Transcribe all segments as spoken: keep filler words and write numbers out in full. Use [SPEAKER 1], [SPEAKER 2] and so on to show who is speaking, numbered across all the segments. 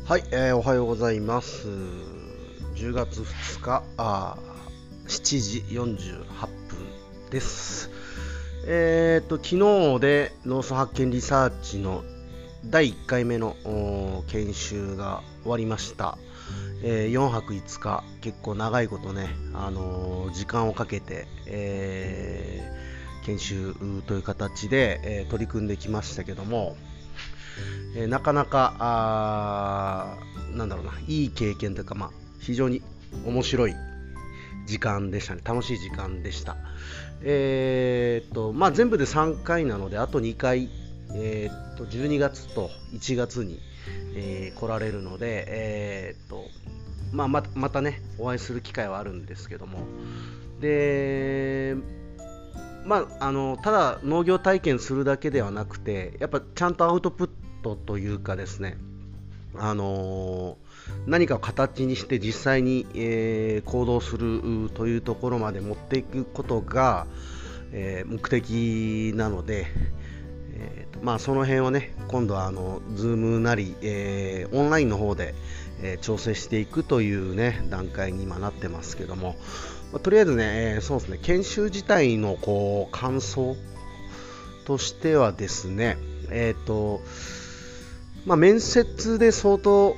[SPEAKER 1] はい、えーおはようございます。じゅうがつふつかあしちじよんじゅうはっぷんです。えー、と昨日で農村発見リサーチのだいいっかいめのお研修が終わりました。えーよんはくいつか、結構長いことね、あのー時間をかけて、えー研修という形で、えー取り組んできましたけども、えーなかなかあーなんだろうないい経験というか、まあ、非常に面白い時間でしたね。楽しい時間でした。えーっとまあ、全部でさんかいなので、あとにかい、えーっとじゅうにがつといちがつに、えー来られるので、えーっとまあ、またまたねお会いする機会はあるんですけども、でまあ、あのただ農業体験するだけではなくて、やっぱちゃんとアウトプットというかですね、あの何かを形にして実際に、えー行動するというところまで持っていくことが、えー目的なので、えーとまあ、その辺をね今度はあの Zoom なり、えーオンラインの方で、えー調整していくというね段階に今なってますけども、まあとりあえずね、えーそうですね、研修自体のこう感想としてはですね、えっ、とまあ、面接で相当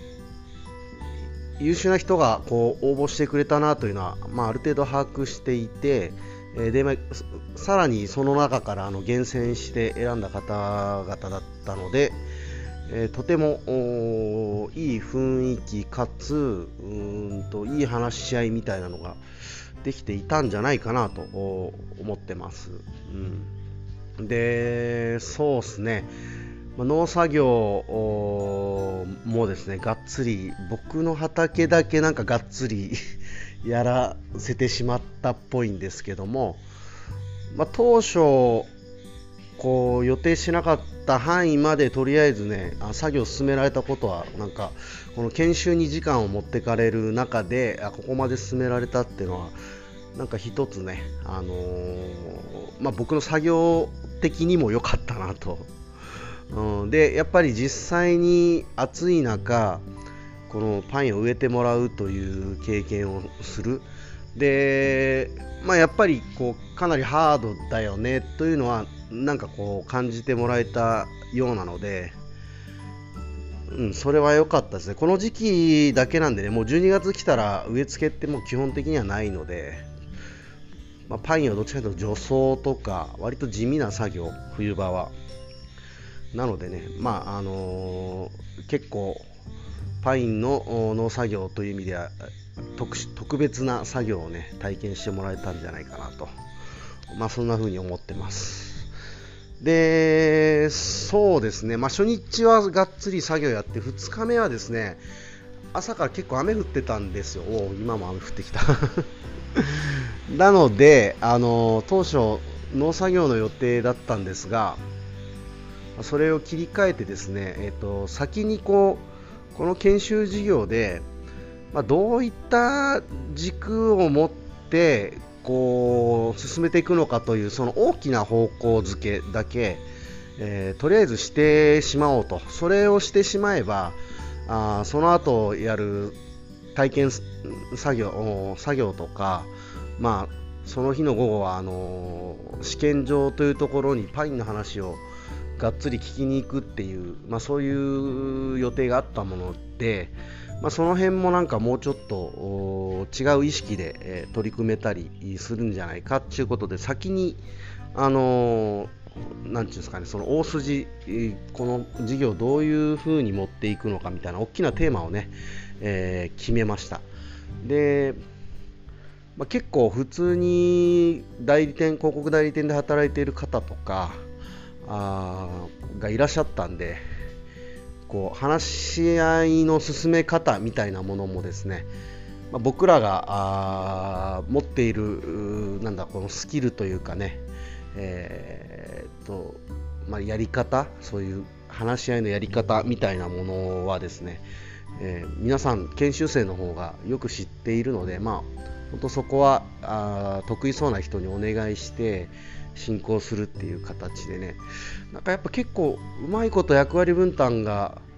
[SPEAKER 1] 優秀な人がこう応募してくれたなというのは、まあ、ある程度把握していて、えーでまあ、さらにその中からあの厳選して選んだ方々だったので、えーとてもいい雰囲気かつうーんといい話し合いみたいなのができていたんじゃないかなと思ってます。うん、で、そうですね、まあ農作業もですね、がっつり僕の畑だけなんかがっつりやらせてしまったっぽいんですけども、まあ、当初こう予定しなかった範囲までとりあえずねあ作業を進められたことは、なんかこの研修に時間を持ってかれる中であここまで進められたっていうのはなんか一つね、あのーまあ、僕の作業的にも良かったなと。うん、でやっぱり実際に暑い中このパンを植えてもらうという経験をする。で、まあ、やっぱりこうかなりハードだよねというのはなんかこう感じてもらえたようなので、うん、それは良かったですね。この時期だけなんでね、もうじゅうにがつ来たら植え付けってもう基本的にはないので、まあ、パインはどっちかというと除草とか割と地味な作業、冬場はなのでね、まああのー結構パインの農作業という意味では 特, 特別な作業をね体験してもらえたんじゃないかなと、まあ、そんな風に思ってます。で、そうですね、まあ、初日はがっつり作業やって、ふつかめはですね朝から結構雨降ってたんですよ。お今も雨降ってきたなので、あの当初農作業の予定だったんですが、それを切り替えてですね、えー、と先にこうこの研修事業で、まあ、どういった軸を持ってこう進めていくのかというその大きな方向づけだけ、えーとりあえずしてしまおうと。それをしてしまえばあその後やる体験作業作業とか、まあ、その日の午後はあの試験場というところにパインの話をがっつり聞きに行くっていう、まあ、そういう予定があったもので、まあ、その辺もなんかもうちょっと違う意識で、えー取り組めたりするんじゃないかっていうことで、先にあのーなんていうんですかね、その大筋、えーこの事業をどういうふうに持っていくのかみたいな大きなテーマをね、えー決めました。で、まあ、結構普通に代理店広告代理店で働いている方とかあがいらっしゃったんで、こう話し合いの進め方みたいなものもですね、まあ、僕らがあ持っているなんだこのスキルというかね、えーっとまあ、やり方、そういう話し合いのやり方みたいなものはですね、えー皆さん研修生の方がよく知っているので、まあ、本当そこはあ得意そうな人にお願いして進行するっていう形でね、なんかやっぱ結構うまいこと役割分担が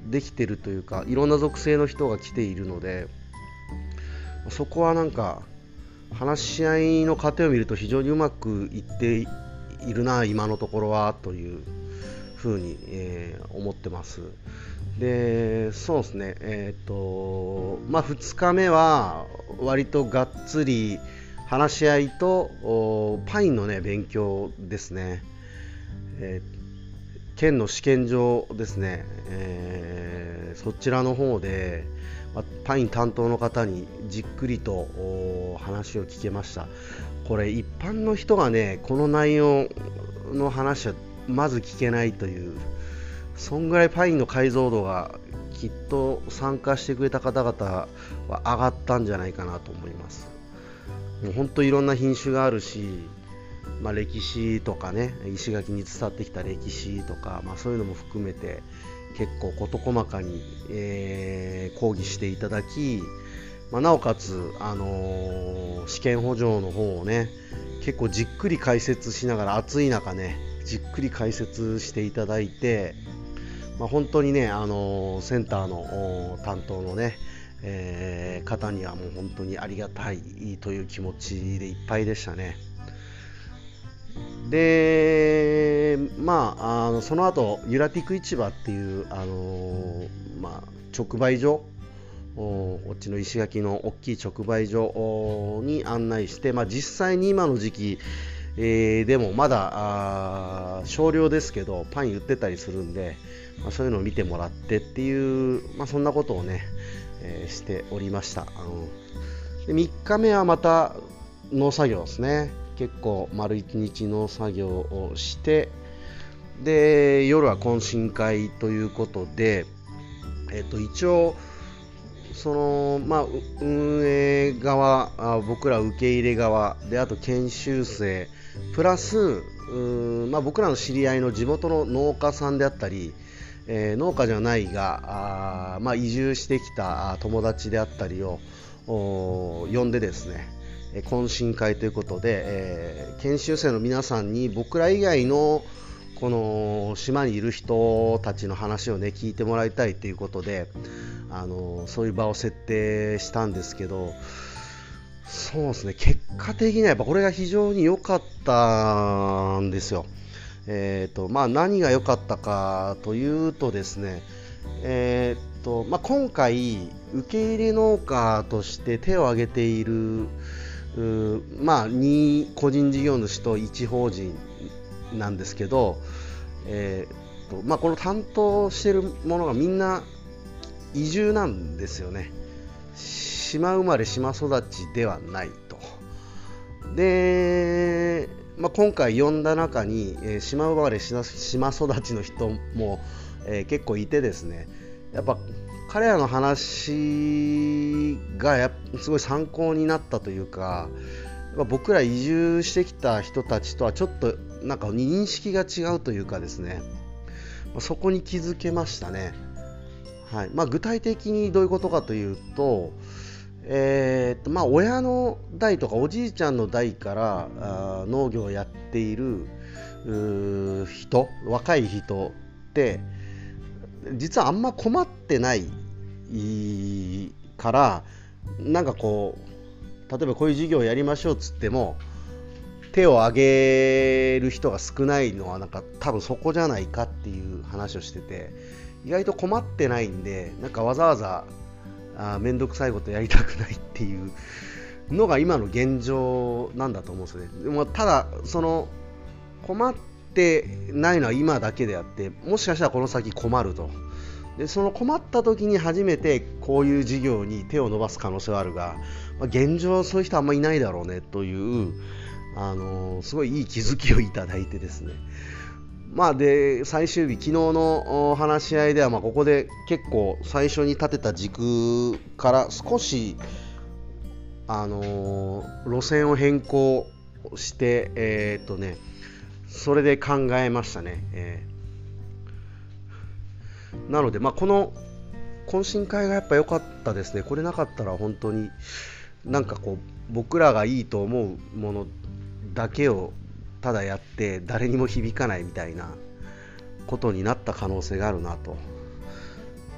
[SPEAKER 1] できてるというか、いろんな属性の人が来ているので、そこはなんか話し合いの過程を見ると非常にうまくいっているな今のところはというふうに、えー、思ってます。で、そうですね、えっとまあふつかめは割とがっつり話し合いとパインのね勉強ですね。えー県の試験場ですね、えーそちらの方で、まあパイン担当の方にじっくりとお話を聞けました。これ一般の人がねこの内容の話はまず聞けないという、そんぐらいパインの解像度がきっと参加してくれた方々は上がったんじゃないかなと思います。もう本当いろんな品種があるし、まあ、歴史とかね、石垣に伝わってきた歴史とか、まあ、そういうのも含めて結構事細かに、えー、講義していただき、まあ、なおかつ、あのー試験補助の方をね結構じっくり解説しながら、暑い中ねじっくり解説していただいて、まあ、本当にね、あのーセンターの担当のね、えー方にはもう本当にありがたいという気持ちでいっぱいでしたね。で、まあ、あのその後ユラティク市場っていう、あのーまあ、直売所、おこっちの石垣の大きい直売所に案内して、まあ、実際に今の時期、えーでもまだあー少量ですけどパン売ってたりするんで、まあ、そういうのを見てもらってっていう、まあ、そんなことをね、えーしておりました。あのでみっかめはまた農作業ですね。結構丸一日農作業をして、で夜は懇親会ということで、えっと一応その、まあ、運営側、あ僕ら受け入れ側で、あと研修生プラス、うーまあ、僕らの知り合いの地元の農家さんであったり、えー農家じゃないがあ、まあ、移住してきた友達であったりをお呼んでですね、懇親会ということで、えー研修生の皆さんに僕ら以外のこの島にいる人たちの話をね聞いてもらいたいということで、あのそういう場を設定したんですけど、そうですね、結果的にはやっぱこれが非常に良かったんですよ。えーとまあ、何が良かったかというとですね、えーとまあ、今回受け入れ農家として手を挙げているうまあ、に個人事業主といち法人なんですけど、えーとまあ、この担当しているものがみんな移住なんですよね。島生まれ島育ちではないと。で、まあ、今回呼んだ中に、えー島生まれ島育ちの人も、えー結構いてですね、やっぱ彼らの話がやっすごい参考になったというか、僕ら移住してきた人たちとはちょっとなんか認識が違うというかですね、そこに気づけましたね。はい。まあ、具体的にどういうことかというと、えーとまあ、親の代とかおじいちゃんの代からあ農業をやっているうー人、若い人って実はあんま困ってないから、なんかこう例えばこういう事業をやりましょうっつっても手を挙げる人が少ないのはなんか多分そこじゃないかっていう話をしてて、意外と困ってないんで、なんかわざわざあ面倒くさいことやりたくないっていうのが今の現状なんだと思うんですよね。でもただその困ってないのは今だけであって、もしかしたらこの先困ると。でその困った時に初めてこういう事業に手を伸ばす可能性はあるが、まあ、現状そういう人あんまりいないだろうねという、あのーすごいいい気づきをいただいてですね、まあ、で最終日昨日のお話し合いでは、まあここで結構最初に立てた軸から少し、あのー路線を変更して、えーっとね、それで考えましたね。えーなので、まあ、この懇親会がやっぱ良かったですね。これなかったら本当になんかこう僕らがいいと思うものだけをただやって誰にも響かないみたいなことになった可能性があるなと。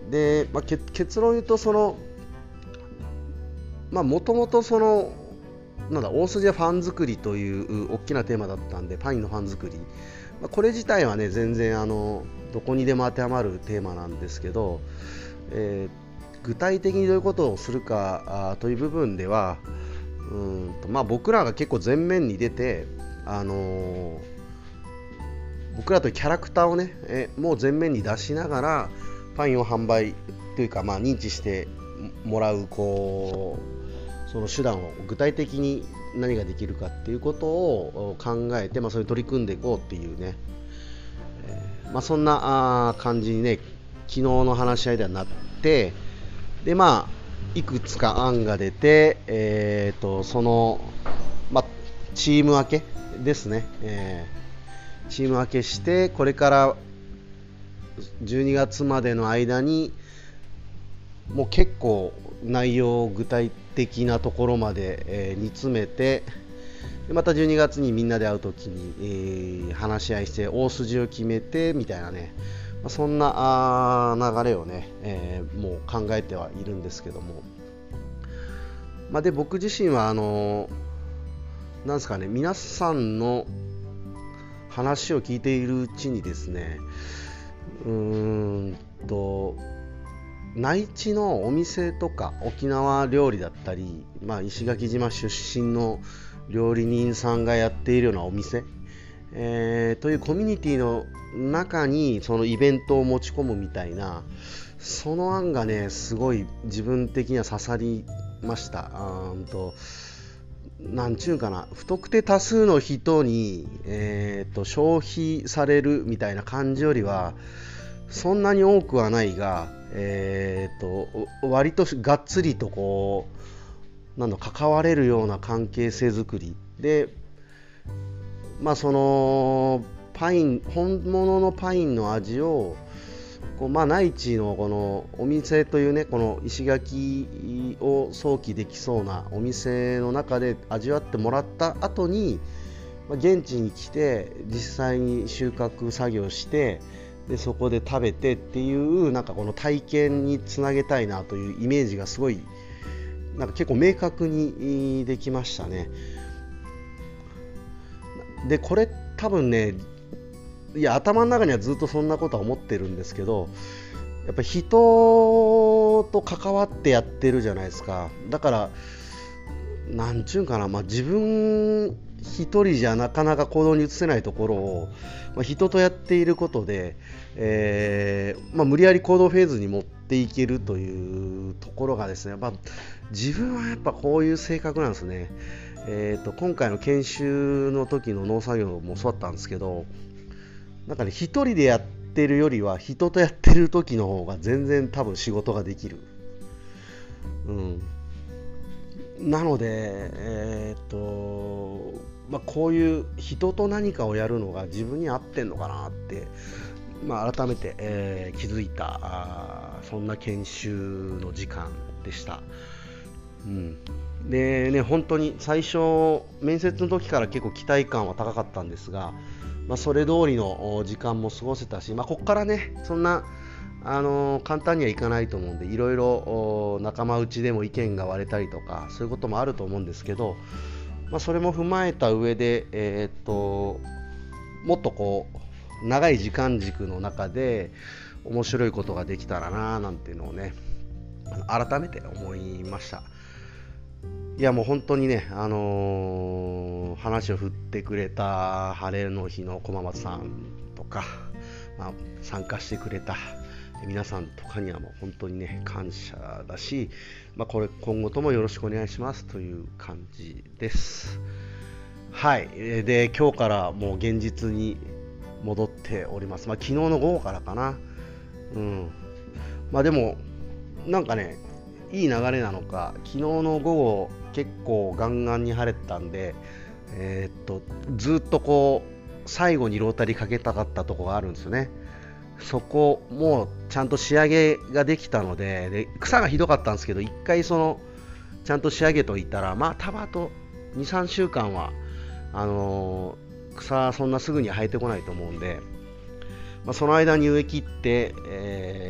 [SPEAKER 1] で、まあ、け結論言うとそのまあもともとそのなんだ大筋はファン作りという大きなテーマだったんで、パインのファン作り、まあ、これ自体はね全然あのどこにでも当てはまるテーマなんですけど、えー、具体的にどういうことをするかあという部分ではうんと、まあ、僕らが結構前面に出て、あのー、僕らというキャラクターをねえもう前面に出しながらパインを販売というか、まあ、認知してもらうこうその手段を具体的に何ができるかっていうことを考えて、まあ、それに取り組んでいこうっていうね、えーまあ、そんなあ感じにね昨日の話し合いではなって、でまあいくつか案が出て、えー、とその、まあ、チーム分けですね、えー、チーム分けしてこれからじゅうにがつまでの間にもう結構内容具体的なところまで、えー、煮詰めて、またじゅうにがつにみんなで会うときに、えー、話し合いして大筋を決めてみたいなね、まあ、そんなあ流れをね、えー、もう考えてはいるんですけども、まあ、で僕自身はあのー、なんですかね、皆さんの話を聞いているうちにですね、うーんと内地のお店とか沖縄料理だったり、まあ、石垣島出身の料理人さんがやっているようなお店、えー、というコミュニティの中にそのイベントを持ち込むみたいな、その案がねすごい自分的には刺さりました。あーんとなんちゅうかな、不特定多数の人に、えー、と消費されるみたいな感じよりはそんなに多くはないが、えー、と割とがっつりとこうなんだ関われるような関係性づくりで、まあそのパイン本物のパインの味をこう、まあ、内地のこのお店というねこの石垣を想起できそうなお店の中で味わってもらった後に、まあ、現地に来て実際に収穫作業してでそこで食べてっていうなんかこの体験につなげたいなというイメージがすごいなんか結構明確にできましたね。でこれ多分ねいや頭の中にはずっとそんなことは思ってるんですけど、やっぱ人と関わってやってるじゃないですか。だからなんちゅうんかな、まあ、自分一人じゃなかなか行動に移せないところを、まあ、人とやっていることで、えーまあ、無理やり行動フェーズに持っていけるというところがですね、まあ、自分はやっぱこういう性格なんですね。えーと、今回の研修の時の農作業もそうだったんですけど、なんかね一人でやってるよりは人とやってる時の方が全然多分仕事ができる。うん。なので、えーっとまあ、こういう人と何かをやるのが自分に合ってんのかなって、まあ、改めて、えー気づいたあそんな研修の時間でした。うん、でね本当に最初面接の時から結構期待感は高かったんですが、まあ、それ通りの時間も過ごせたし、まあ、ここからねそんなあの簡単にはいかないと思うんで、いろいろ仲間内でも意見が割れたりとかそういうこともあると思うんですけど、まあ、それも踏まえた上で、えーっともっとこう長い時間軸の中で面白いことができたらななんていうのをね改めて思いました。いやもう本当にね、あのー話を振ってくれた晴れの日の駒松さんとか、まあ、参加してくれた皆さんとかにはもう本当にね感謝だし、まあ、これ今後ともよろしくお願いしますという感じです。はい。で今日からもう現実に戻っております。まあ、昨日の午後からかな。うん。まあでもなんかねいい流れなのか、昨日の午後結構ガンガンに晴れてたんで、えーっとずっとこう最後にロータリーかけたかったところがあるんですよね。そこもうちゃんと仕上げができたので、で草がひどかったんですけど一回そのちゃんと仕上げといたら、まあ多分あと にさんしゅうかんはあのー草そんなすぐに生えてこないと思うんで、まあ、その間に植え切って、え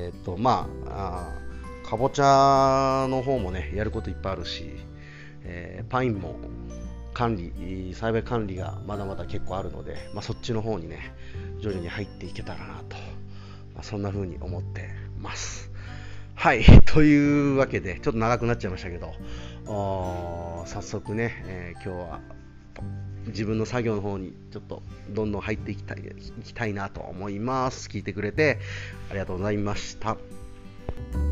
[SPEAKER 1] えっとまああかぼちゃの方もねやることいっぱいあるし、えーパインも管理栽培管理がまだまだ結構あるので、まあ、そっちの方にね徐々に入っていけたらなと、まあ、そんな風に思ってます。はい、というわけでちょっと長くなっちゃいましたけど、早速ね、えー今日は自分の作業の方にちょっとどんどん入っていきたい、いきたいなと思います。聞いてくれてありがとうございました。